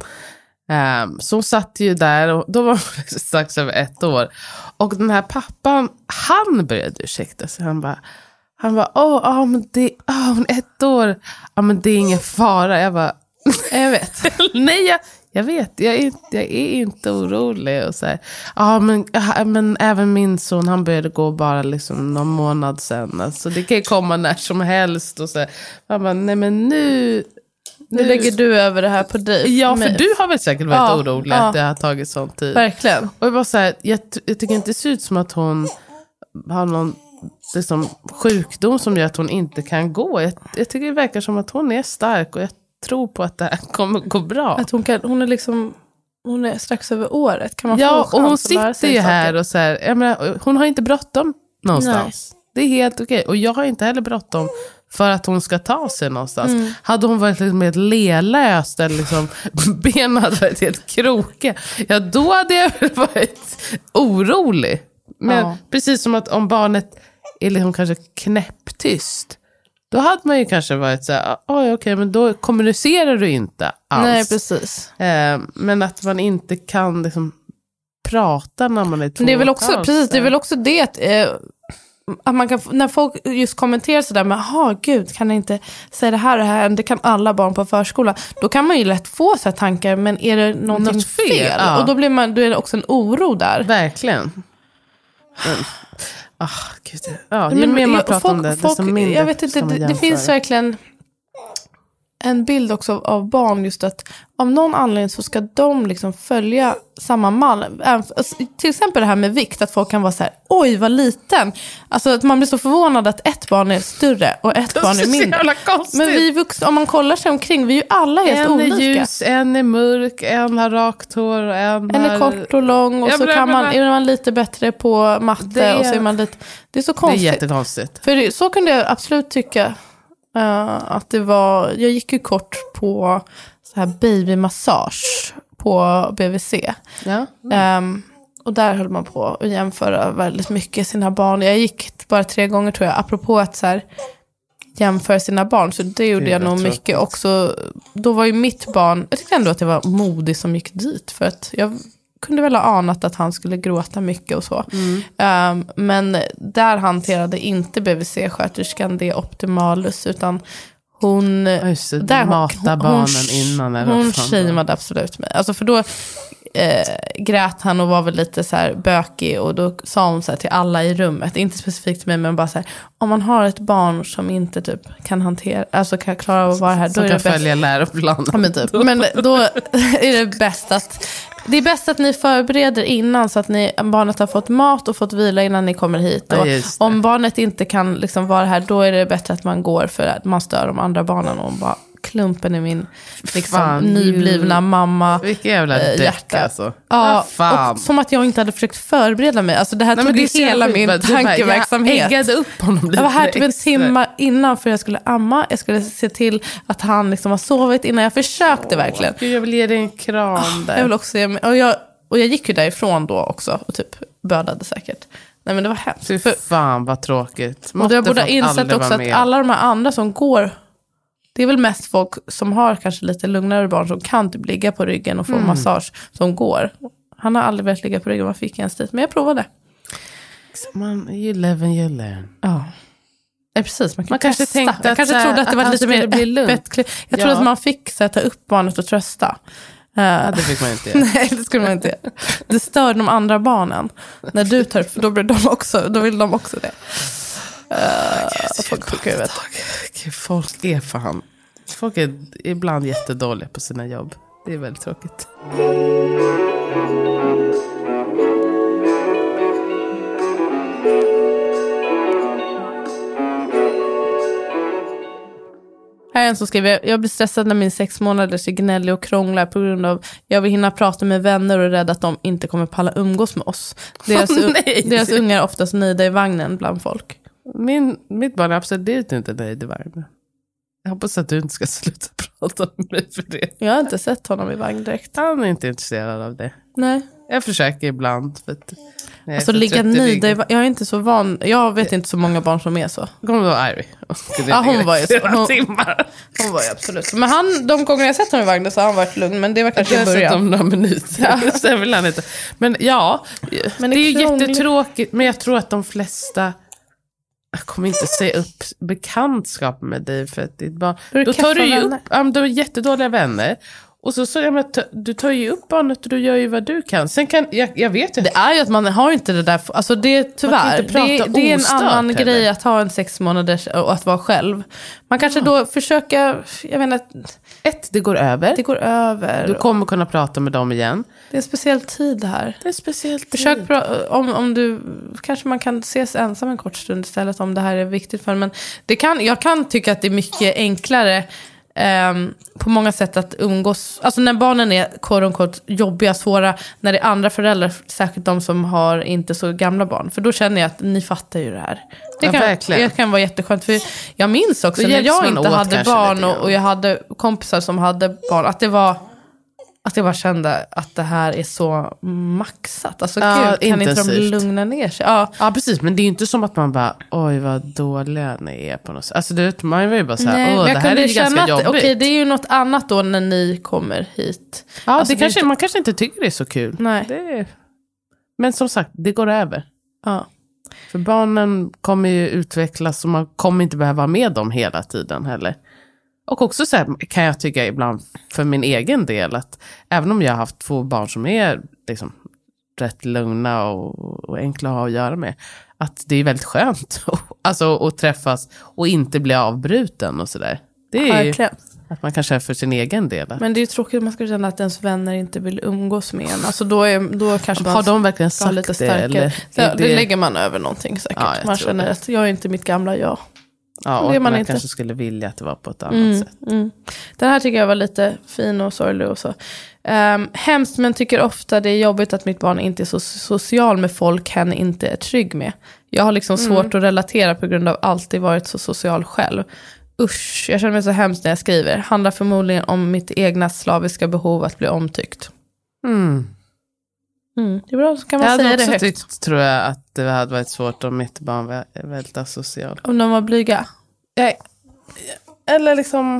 Um, så hon satt ju där, och då var hon strax över ett år. Och den här pappan, han började ursäkta sig. Han bara, han bara, åh, oh, oh, men det är oh, ett år. Ja, men det är ingen fara. Jag bara, jag vet. Nej, jag, jag vet. Jag är, jag är inte orolig. Och så här, ja, men, ja, men även min son, han började gå bara liksom någon månad sedan. Alltså, det kan ju komma när som helst. Och så här. Jag bara, nej men nu... Nu lägger du över det här på dig. Ja, för du har väl säkert varit ja, orolig ja. att det har tagit sån tid. Verkligen. Och jag bara så här, jag, jag tycker inte det ser ut som att hon har någon liksom, sjukdom som gör att hon inte kan gå. Jag, jag tycker det verkar som att hon är stark, och jag tror på att det här kommer gå bra. Att hon, kan, hon är liksom, hon är strax över året. Kan man ja, få och hon sitter ju här och så här, jag menar, hon har inte bråttom någonstans. Nej. Det är helt okej. Och jag har inte heller bråttom för att hon ska ta sig någonstans. Mm. Hade hon varit liksom helt lelöst eller liksom benen hade varit helt krokiga, ja, då hade jag varit orolig. Men ja. Precis som att om barnet är liksom kanske knäpptyst, då hade man ju kanske varit så här, oj, okej, okay, men då kommunicerar du inte alls. Nej, precis. Eh, men att man inte kan liksom prata när man är två. Det är väl också, precis, det är väl också det att, eh, att man kan, när folk just kommenterar sådär, men ha gud, kan jag inte säga det här och det här, det kan alla barn på förskolan, då kan man ju lätt få så här tankar, men är det någonting Något fel? fel? Ja. Och då blir man, då är det också en oro där. Verkligen. Men, oh, gud. Ja, ju mer man pratar folk, om det, folk, desto mindre jag vet inte, det, det finns verkligen en bild också av, av barn, just att av någon anledning så ska de liksom följa samma mall. Till exempel det här med vikt, att folk kan vara så här: oj vad liten. Alltså att man blir så förvånad att ett barn är större och ett barn är mindre. Men vi vuxna, om man kollar sig omkring, vi är ju alla helt en olika. En är ljus, en är mörk, en har rakt hår, en, en är har... kort och lång, och ja, så kan man, är man lite bättre på matte är... och så är man lite... Det är så konstigt. Det är jättekonstigt. För så kunde jag absolut tycka uh, att det var... Jag gick ju kort på så här babymassage på B V C. Ja. Mm. Um, och där höll man på att jämföra väldigt mycket sina barn. Jag gick bara tre gånger tror jag, apropå att så här, jämföra sina barn. Så det gjorde det jag nog mycket också. Då var ju mitt barn, jag tyckte ändå att det var modig som gick dit. För att jag kunde väl ha anat att han skulle gråta mycket och så. Mm. Um, men där hanterade inte B V C-sköterskan det optimalus, utan hon... Just det, där matar barnen hon, innan. Eller hon shameade absolut mig. Alltså för då eh, grät han och var väl lite så här bökig, och då sa hon så här till alla i rummet, inte specifikt till mig, men bara så här: om man har ett barn som inte typ kan hantera, alltså kan klara av att vara här, då som är kan det bäst, följa läroplanen. Ja, men, typ. Men då är det bäst att det är bäst att ni förbereder innan, så att ni, barnet har fått mat och fått vila innan ni kommer hit. Och ja, om barnet inte kan liksom vara här, då är det bättre att man går, för att man stör de andra barnen. Och bara klumpen i min liksom, fan, nyblivna mamma. Vilken jävla äh, däck alltså. Ja, ja, och som att jag inte hade försökt förbereda mig. Alltså det här Nej, tog ju hela min bara, tankeverksamhet. Jag äggade upp honom lite. Jag var här typ en timme innan för jag skulle amma. Jag skulle se till att han liksom har sovit innan jag försökte. Åh, verkligen. Gud, jag vill ge dig en kram oh, där. Jag vill också ge mig, och, jag, och jag gick ju därifrån då också och typ bödade säkert. Nej, men det var hemskt. Fy fan vad tråkigt. Och jag borde ha insett också att alla de här andra som går, det är väl mest folk som har kanske lite lugnare barn som kan typ ligga på ryggen och få mm. massage som går. Han har aldrig velat ligga på ryggen, man fick en dit, men jag provade. Man, you live and you learn. Ja. Ja, precis. Man, kan man kanske tänkte att, jag kanske trodde att det var lite mer öppet. Jag ja. trodde att man fick så här, ta upp barnet och trösta. Ja, det fick man inte göra. Nej, det skulle man inte göra. Det stör de andra barnen. När du tar upp, då blir de också, då vill de också det. Uh, folk, folk, vet. folk är fan folk är ibland jättedåliga på sina jobb. Det är väldigt tråkigt. Här är en som skriver: jag blir stressad när min sex månaders är gnällig och krånglar på grund av jag vill hinna prata med vänner och är rädd att de inte kommer palla umgås med oss. Deras, oh, deras ungar är oftast nöjda i vagnen bland folk. Min, mitt barn är absolut inte nöjd i vagnen. Jag hoppas att du inte ska sluta prata med mig för det. Jag har inte sett honom i vagn direkt. Han är inte intresserad av det. Nej. Jag försöker ibland. För att alltså ligga nöjda i vagn. Jag är inte så van. Jag vet inte så många barn som är så. Kommer du ihåg Ivy? Ja, hon var ju så. Hon, hon var ju absolut. Men han, de gånger jag sett honom i vagnen så har han varit lugn. Men det var kanske i början. Jag har sett om några minuter. Ja. Sen vill han inte. Men ja, men det, det är ju jättetråkigt. Men jag tror att de flesta... Jag kommer inte säga upp bekantskap med dig för att ditt barn... Då tar du ju upp... Ja, du har jättedåliga vänner. Och så, så jag menar, du tar ju upp barnet och du gör ju vad du kan. Sen kan, jag, jag vet ju... Det är ju att man har inte det där... Alltså det tyvärr. Det, det är en annan eller? grej att ha en sex månaders och att vara själv. Man kanske ja. då försöker... Jag menar... Ett, det går över. Det går över. Du kommer kunna prata med dem igen. Det är en speciell tid här. Det är en speciell tid. Försök pra- om, om du... Kanske man kan ses ensam en kort stund istället om det här är viktigt för. Men det kan, jag kan tycka att det är mycket enklare... Um, på många sätt att umgås. Alltså när barnen är quote unquote jobbiga, svåra, när det är andra föräldrar, särskilt de som har inte så gamla barn, för då känner jag att ni fattar ju det här. Det kan, ja, det kan vara jätteskönt, för jag minns också när jag inte hade barn och, och jag hade kompisar som hade barn, att det var att jag bara kände att det här är så maxat. Alltså ja, gud, kan inte de lugna ner sig? Ja. ja, precis. Men det är ju inte som att man bara, oj vad dåliga ni är på något sätt. Alltså det, man var ju bara så här, åh det här är ju ganska att, jobbigt. Okej, det är ju något annat då när ni kommer hit. Ja, alltså, det kanske, inte... man kanske inte tycker det är så kul. Nej. Det är... Men som sagt, det går över. Ja. För barnen kommer ju utvecklas och man kommer inte behöva vara med dem hela tiden heller. Och också så här, kan jag tycka ibland för min egen del att även om jag har haft två barn som är liksom rätt lugna och, och enkla att ha att göra med, att det är väldigt skönt alltså, att träffas och inte bli avbruten och sådär. Det är ju, Att man kanske är för sin egen del. Men det är ju tråkigt att man ska känna att ens vänner inte vill umgås med en. Alltså då, är, då kanske man har de verkligen sagt lite starkare. Det, eller så, det... det lägger man över någonting säkert. Ja, man känner det. Att jag är inte mitt gamla jag. Ja, och det man, man inte. Kanske skulle vilja att det var på ett annat mm, sätt. Mm. Den här tycker jag var lite fin och sorglig och så. Um, hemskt, men tycker ofta det är jobbigt att mitt barn inte är så social med folk hen inte är trygg med. Jag har liksom svårt mm. att relatera på grund av alltid varit så social själv. Usch, jag känner mig så hemskt när jag skriver. Handlar förmodligen om mitt egna slaviska behov att bli omtyckt. Mm. Mm. Det är bra, så kan man jag säga det högt. Jag tyckt, tror jag, att det hade varit svårt om mitt barn var väldigt asocial. Om de var blyga? Ja, eller liksom...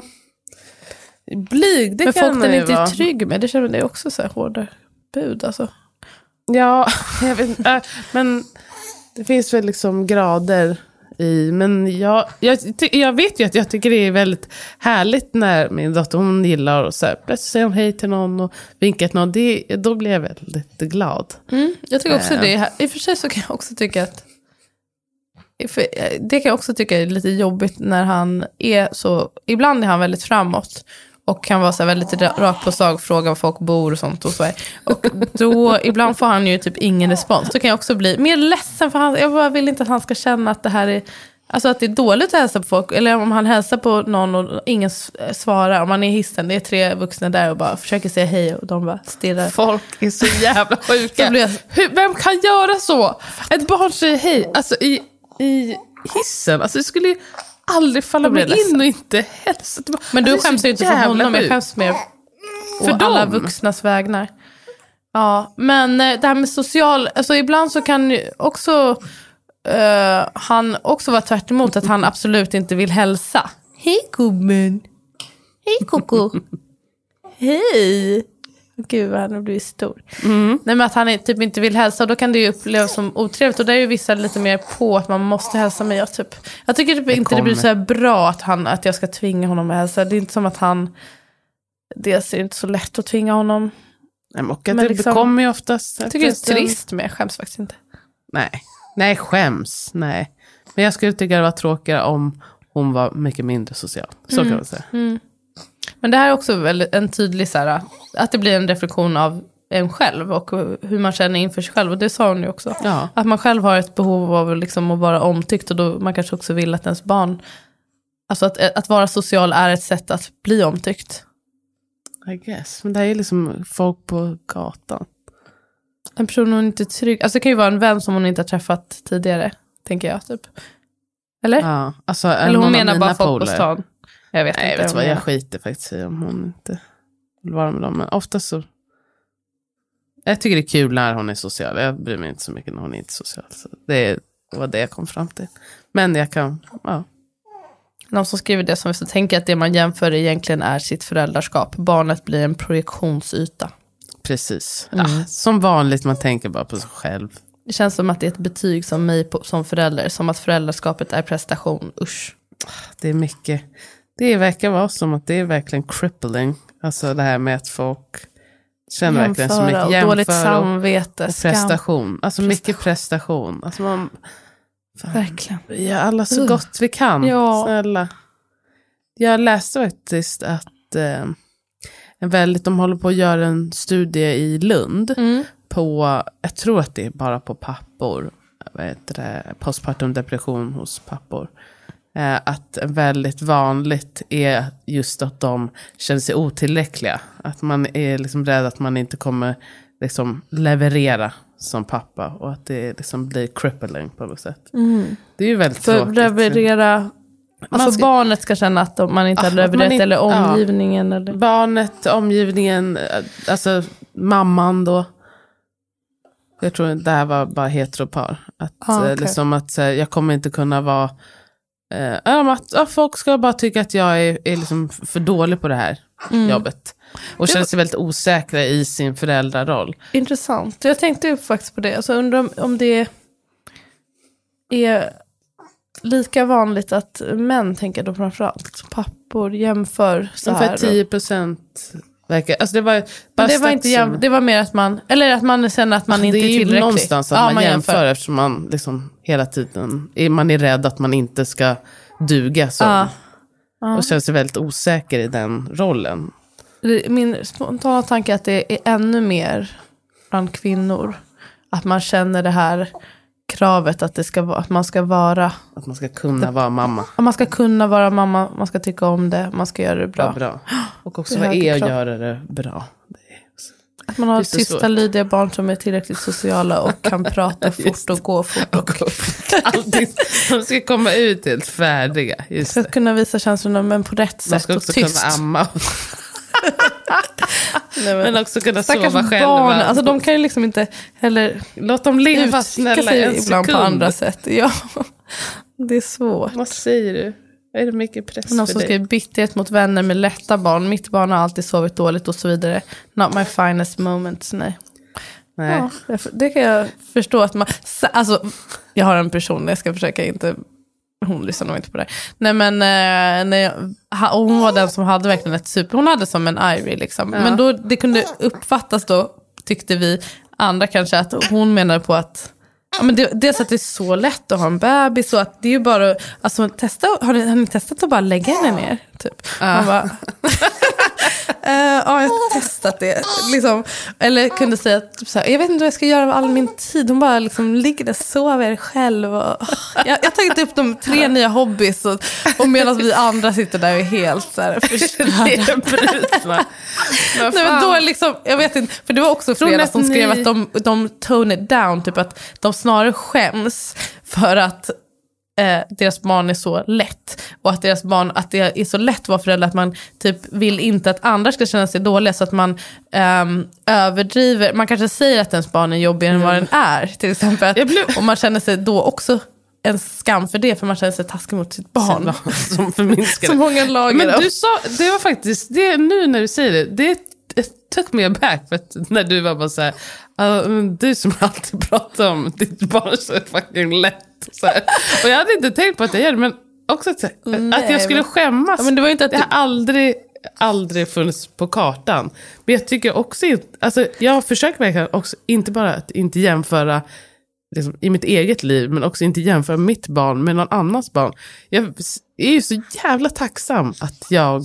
Blyg, det men kan folk den inte vara. Är trygg med, det känner det är också så här hårda bud alltså. Ja, jag vet, äh, men det finns väl liksom grader i, men jag, jag, jag vet ju att jag tycker det är väldigt härligt när min dotter, hon gillar och så här, plötsligt säger hon hej till någon och vinkar till någon, det, då blir jag väldigt glad. Mm, jag tycker också äh. det är, i och för sig så kan jag också tycka att för, det kan jag också tycka är lite jobbigt när han är så, ibland är han väldigt framåt och kan vara så här väldigt rakt på sak, fråga var folk bor och sånt och så här. Och då, ibland får han ju typ ingen respons. Då kan jag också bli mer ledsen för han, jag bara vill inte att han ska känna att det här är, alltså att det är dåligt att hälsa på folk. Eller om han hälsar på någon och ingen svarar, om man är i hissen, det är tre vuxna där och bara försöker säga hej och de bara stirrar. Folk är så jävla sjuka. Jag... Hur, vem kan göra så? Ett barn säger hej, alltså i, i hissen, alltså det skulle ju aldrig falla mig in och inte hälsa. Men du alltså, skäms ju inte för honom, jag skäms mer för och alla vuxnas vägnar. Ja, men det här med social, alltså ibland så kan ju också uh, han också vara tvärt emot att han absolut inte vill hälsa. Hej gubben. Hej koko. Hej. Gud vad han har blivit stor. Mm. Nej, men att han typ inte vill hälsa, och då kan det ju upplevas som otrevligt. Och där är ju vissa lite mer på att man måste hälsa mig. Jag, typ, jag tycker typ det inte det blir så här bra att, han, att jag ska tvinga honom att hälsa. Det är inte som att han... Det är inte så lätt att tvinga honom. Nej, och att det liksom, kommer ju oftast... Jag tycker det är trist, men jag skäms faktiskt inte. Nej, nej skäms. Nej. Men jag skulle tycka det var tråkigare om hon var mycket mindre social. Så mm. kan man säga. Mm. Men det här är också väl en tydlig så här, att det blir en reflektion av en själv och hur man känner inför sig själv. Och det sa hon ju också. Ja. Att man själv har ett behov av liksom att vara omtyckt, och då man kanske också vill att ens barn... Alltså att, att vara social är ett sätt att bli omtyckt. I guess. Men det här är liksom folk på gatan. En person hon inte är trygg... Alltså det kan ju vara en vän som hon inte har träffat tidigare, tänker jag typ. Eller? Ja, alltså, eller hon menar bara folk poler. På stan. Jag vet Nej, inte. Jag vet vad, jag skiter faktiskt i om hon inte vill vara med dem. Men ofta så... Jag tycker det är kul när hon är social. Jag bryr mig inte så mycket när hon är inte social. Så det var det jag kom fram till. Men jag kan... Ja. Någon som skriver det som vi så tänker att det man jämför egentligen är sitt föräldraskap. Barnet blir en projektionsyta. Precis. Mm. Ja, som vanligt, man tänker bara på sig själv. Det känns som att det är ett betyg som mig på, som förälder. Som att föräldraskapet är prestation. Usch. Det är mycket... Det verkar vara som att det är verkligen crippling. Alltså det här med att folk känner jämföra, verkligen så mycket jämföra. Dåligt samvete. Och, och prestation. Alltså prestation. Mycket prestation. Alltså man... Fan, verkligen. Vi gör alla så uh. gott vi kan. Ja. Snälla. Jag läste faktiskt att eh, en väldigt, de håller på att göra en studie i Lund. Mm. På, jag tror att det är bara på pappor. Vad heter det? Postpartum depression hos pappor. Eh, att väldigt vanligt är just att de känner sig otillräckliga. Att man är liksom rädd att man inte kommer liksom leverera som pappa. Och att det liksom blir crippling på något sätt. Mm. Det är ju väldigt För tråkigt. Leverera... Alltså ska, barnet ska känna att man inte ah, har levererat inte, eller omgivningen. Ja, eller? Barnet, omgivningen, alltså mamman då. Jag tror att det här var bara heteropar. Att, ah, okay. liksom att jag kommer inte kunna vara... Äh, att, att folk ska bara tycka att jag är, är liksom för dålig på det här mm. jobbet. Och känner sig väldigt osäkra i sin föräldraroll. Intressant. Jag tänkte ju faktiskt på det. Alltså undrar om, om det är lika vanligt att män tänker då framförallt. Pappor jämför så här. Ungefär tio procent verkar. Alltså det var bara det var inte jäm, det var mer att man, eller att man känner att man inte är tillräcklig. Det är ju någonstans att ja, man, man jämför, jämför eftersom man liksom hela tiden är, man är rädd att man inte ska duga som ja. Ja. Och känns väldigt osäker i den rollen. Min spontana tanke är att det är ännu mer bland kvinnor. Att man känner det här kravet att, det ska, att man ska vara... Att man ska kunna det, vara mamma. Att man ska kunna vara mamma, man ska tycka om det, man ska göra det bra. Ja, bra. Och också vad är att göra det bra. Det är också, att man har tysta, lydiga barn som är tillräckligt sociala och kan prata fort och gå fort. Och gå fort. Allting, de ska komma ut helt färdiga. Just ska det. Kunna visa känslorna men på rätt sätt. Man ska också och tyst. kunna amma. Nej, men, men också kunna sova själva. Barn, alltså de kan ju liksom inte heller låt dem leva snälla en ibland sekund. På andra sätt. Ja, det är svårt. Vad säger du? Är det mycket press någon för som dig? skriver bitterhet mot vänner med lätta barn. Mitt barn har alltid sovit dåligt och så vidare. Not my finest moments, nej. Nej. Ja, det kan jag förstå att man... Alltså, jag har en person, jag ska försöka inte... Hon lyssnar nog inte på det. Nej men eh, när jag, hon var den som hade verkligen ett super... Hon hade som en Ivy liksom. Ja. Men då, det kunde uppfattas då, tyckte vi andra kanske, att hon menade på att... Ja, men det, dels att det är så lätt att ha en bebis, så att det är ju bara... Alltså, testa, har, ni, har ni testat att bara lägga henne ner? Typ. Ja. Man bara... Uh, ja, jag har testat det liksom. Eller kunde säga typ så här, jag vet inte vad jag ska göra av all min tid. Hon bara liksom ligger där och sover själv och, oh. jag, jag har tagit upp de tre nya hobbys och, och medan vi andra sitter där och är helt så här förstörda. Nej, men då liksom, jag vet inte, för det var också flera som skrev ni... att de, de tone it down, typ att de snarare skäms för att Eh, deras barn är så lätt och att deras barn, att det är så lätt att vara förälder att man typ vill inte att andra ska känna sig dåliga, så att man ehm, överdriver, man kanske säger att ens barn är jobbigare mm. än vad den är till exempel, blev... och man känner sig då också en skam för det, för man känner sig taskig mot sitt barn som förminskar så många lager. Men du sa, det var faktiskt det, nu när du säger det, det took me aback, för att när du var bara så här, uh, du som alltid pratar om ditt barn så fucking lätt så här. Och jag hade inte tänkt på att jag gör det, men också att, Nej, att jag skulle skämmas. Ja, men det var inte att det har aldrig, aldrig funnits på kartan. Men jag tycker också, alltså jag försöker verkligen också inte bara att inte jämföra liksom, i mitt eget liv, men också inte jämföra mitt barn med någon annans barn. Jag är ju så jävla tacksam att jag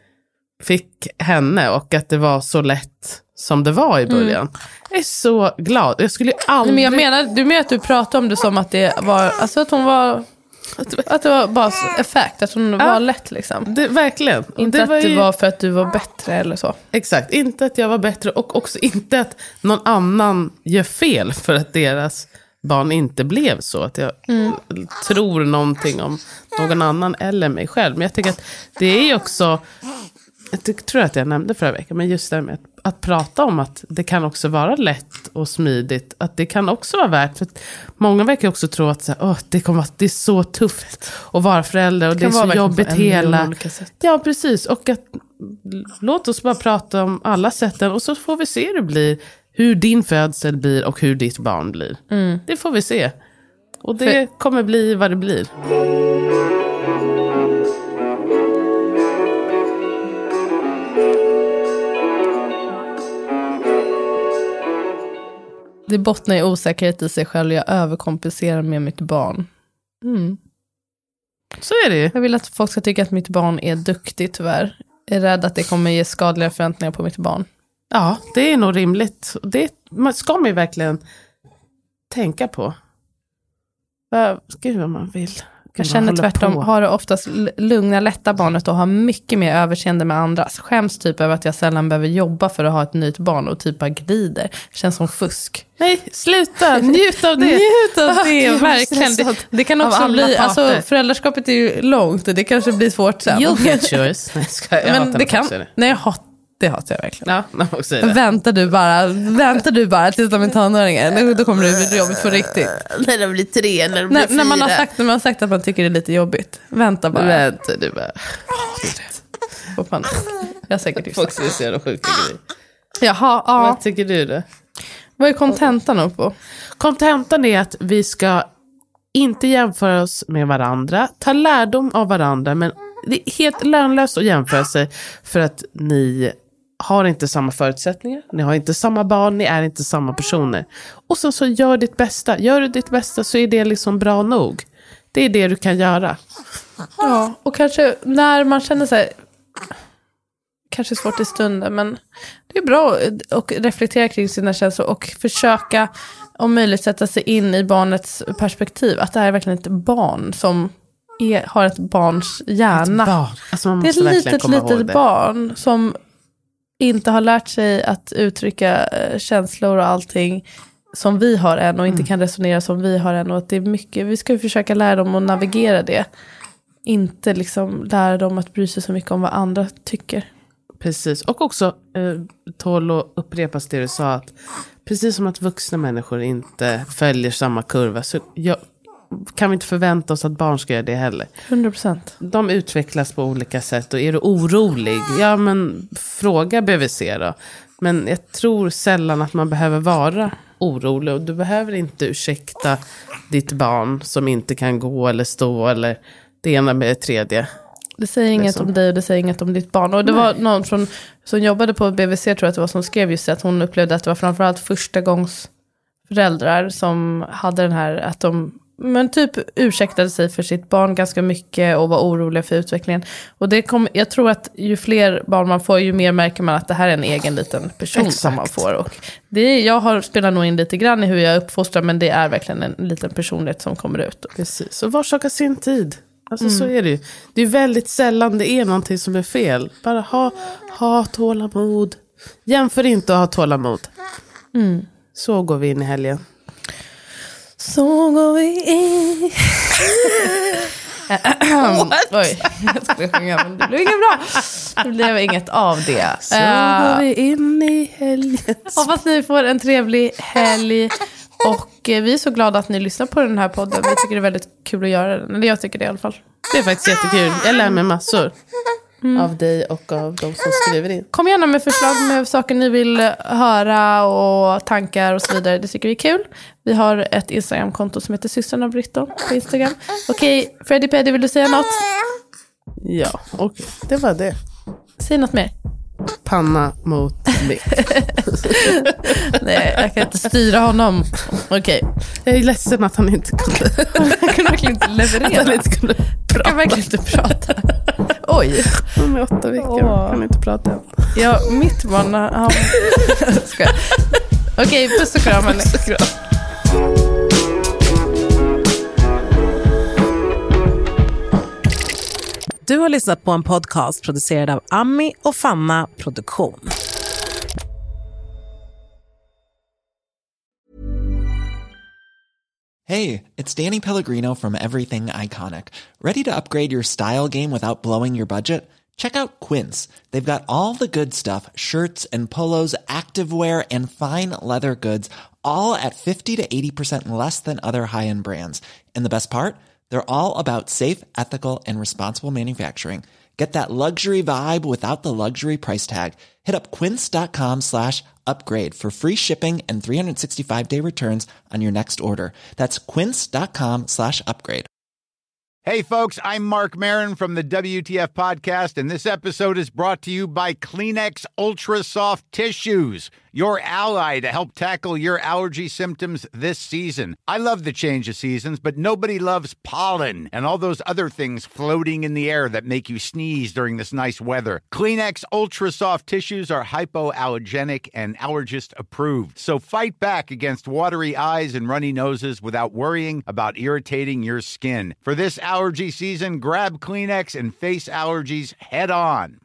fick henne och att det var så lätt som det var i början. Mm. Jag är så glad. Jag skulle aldrig... Nej, men jag menar, du menar att du pratade om det som att det var, alltså att hon var, att det var bara effekt, att hon ja, var lätt liksom. Det, verkligen. Inte det att var det ju... var för att du var bättre eller så. Exakt, inte att jag var bättre, och också inte att någon annan gör fel för att deras barn inte blev så. Att jag mm. tror någonting om någon annan eller mig själv. Men jag tycker att det är ju också... Jag tror att jag nämnde förra veckan, men just det med att, att prata om att det kan också vara lätt och smidigt, att det kan också vara värt, för att många verkar också tro att så här, åh, det, kommer, det är så tufft att vara förälder och det, det är så jobbigt hela. Ja, precis. Och att låt oss bara prata om alla sätten och så får vi se hur det blir, hur din födsel blir och hur ditt barn blir. Mm. Det får vi se. Och det för... kommer bli vad det blir. Det bottnar i osäkerhet i sig själv. Jag överkompenserar med mitt barn. Mm. Så är det ju. Jag vill att folk ska tycka att mitt barn är duktig, tyvärr. Jag är rädd att det kommer ge skadliga förväntningar på mitt barn. Ja, det är nog rimligt. Det ska man ju verkligen tänka på. Gud vad man vill. Jag känner tvärtom, på. Har det oftast lugna, lätta barnet och har mycket mer överseende med andras. Skäms typ över att jag sällan behöver jobba för att ha ett nytt barn och typ bara glider. Känns som fusk. Nej, sluta, njut av det. Njut av det, verkligen. Det, det kan också bli, alltså föräldraskapet är ju långt och det kanske blir svårt sen. You'll get yours. Nej, ska jag Men det kan, det. Nej, jag hatar Det hatar jag verkligen. Ja, också det. Väntar du bara, väntar du bara tills de är tonåringar, då kommer det bli jobbigt på riktigt. När de blir tre, när de blir när, fyra. När man har sagt, när man har sagt att man tycker det är lite jobbigt. Vänta bara. Vänta du bara. Vad fan. Jag är säkert just. Folk ser så jävla sjuka grejer. Jaha, ja. Vad tycker du då? Vad är kontentan upp på? Kontentan är att vi ska inte jämföra oss med varandra. Ta lärdom av varandra, men det är helt lönlöst att jämföra sig för att ni har inte samma förutsättningar, ni har inte samma barn, ni är inte samma personer. Och så, så gör ditt bästa. Gör du ditt bästa så är det liksom bra nog. Det är det du kan göra. Ja, och kanske när man känner sig kanske svårt i stunden, men det är bra att reflektera kring sina känslor och försöka om möjligt sätta sig in i barnets perspektiv. Att det här är verkligen ett barn som är, har ett barns hjärna. Ett barn. Alltså man måste det är ett litet, litet barn som inte har lärt sig att uttrycka känslor och allting som vi har än och inte mm. kan resonera som vi har än. Och att det är mycket, vi ska försöka lära dem att navigera det. Inte liksom lära dem att bry sig så mycket om vad andra tycker. Precis, och också eh, tål att upprepas det du sa, att precis som att vuxna människor inte följer samma kurva, så jag, kan vi inte förvänta oss att barn ska göra det heller. hundra procent. De utvecklas på olika sätt, och är du orolig, ja men fråga B V C då. Men jag tror sällan att man behöver vara orolig, och du behöver inte ursäkta ditt barn som inte kan gå eller stå eller det ena med det tredje. Det säger inget liksom om dig och det säger inget om ditt barn. Och det Nej. var någon från, som jobbade på B V C, tror jag att det var, som skrev just att hon upplevde att det var framförallt första gångs föräldrar som hade den här, att de men typ ursäktade sig för sitt barn ganska mycket och var oroliga för utvecklingen. Och det kom, jag tror att ju fler barn man får, ju mer märker man att det här är en egen liten person. Exakt. Som man får. Och det är, jag har spelat nog in lite grann i hur jag uppfostrar, men det är verkligen en liten personlighet som kommer ut. Precis, så var sak har sin tid. Alltså mm. så är det ju. Det är väldigt sällan det är någonting som är fel. Bara ha, ha tålamod. Jämför inte att ha tålamod. Mm. Så går vi in i helgen. Så går vi in. Oj, jag skulle sjunga, men det blev inget bra. Det blev inget av det. Så uh, går vi in i helgen. Hoppas ni får en trevlig helg. Och eh, vi är så glada att ni lyssnar på den här podden. Vi tycker det är väldigt kul att göra den. Eller jag tycker det i alla fall. Det är faktiskt jättekul. Jag lär mig massor. Mm. Av dig och av de som skriver in. Kom gärna med förslag med saker ni vill höra och tankar och så vidare. Det tycker vi är kul. Vi har ett Instagramkonto som heter Systrarna Britton på Instagram. Okej, okay, Freddy Peddy, vill du säga något? Ja, okej. Okay. Det var det. Säg något mer. Panna mot mitt. Nej, jag kan inte styra honom. Okej. Okay. Jag är ledsen att han inte kunde. Han kunde verkligen inte leverera. Att han inte kunde prata. Han kan verkligen inte prata. Oj. Han är åtta veckor. Oh. Kan inte prata än. Ja, mitt barn. Han... Okej, okay, puss och kram. Puss och kram. Du har lyssnat på en podcast producerad av Ami och Fanna Produktion. Hey, it's Danny Pellegrino from Everything Iconic. Ready to upgrade your style game without blowing your budget? Check out Quince. They've got all the good stuff, shirts and polos, activewear and fine leather goods, all at fifty to eighty percent less than other high-end brands. And the best part? They're all about safe, ethical, and responsible manufacturing. Get that luxury vibe without the luxury price tag. Hit up quince.com slash upgrade for free shipping and three sixty-five day returns on your next order. That's quince.com slash upgrade. Hey, folks, I'm Mark Maron from the W T F Podcast, and this episode is brought to you by Kleenex Ultra Soft Tissues, your ally to help tackle your allergy symptoms this season. I love the change of seasons, but nobody loves pollen and all those other things floating in the air that make you sneeze during this nice weather. Kleenex Ultra Soft Tissues are hypoallergenic and allergist approved, so fight back against watery eyes and runny noses without worrying about irritating your skin. For this allergy season, grab Kleenex and face allergies head on.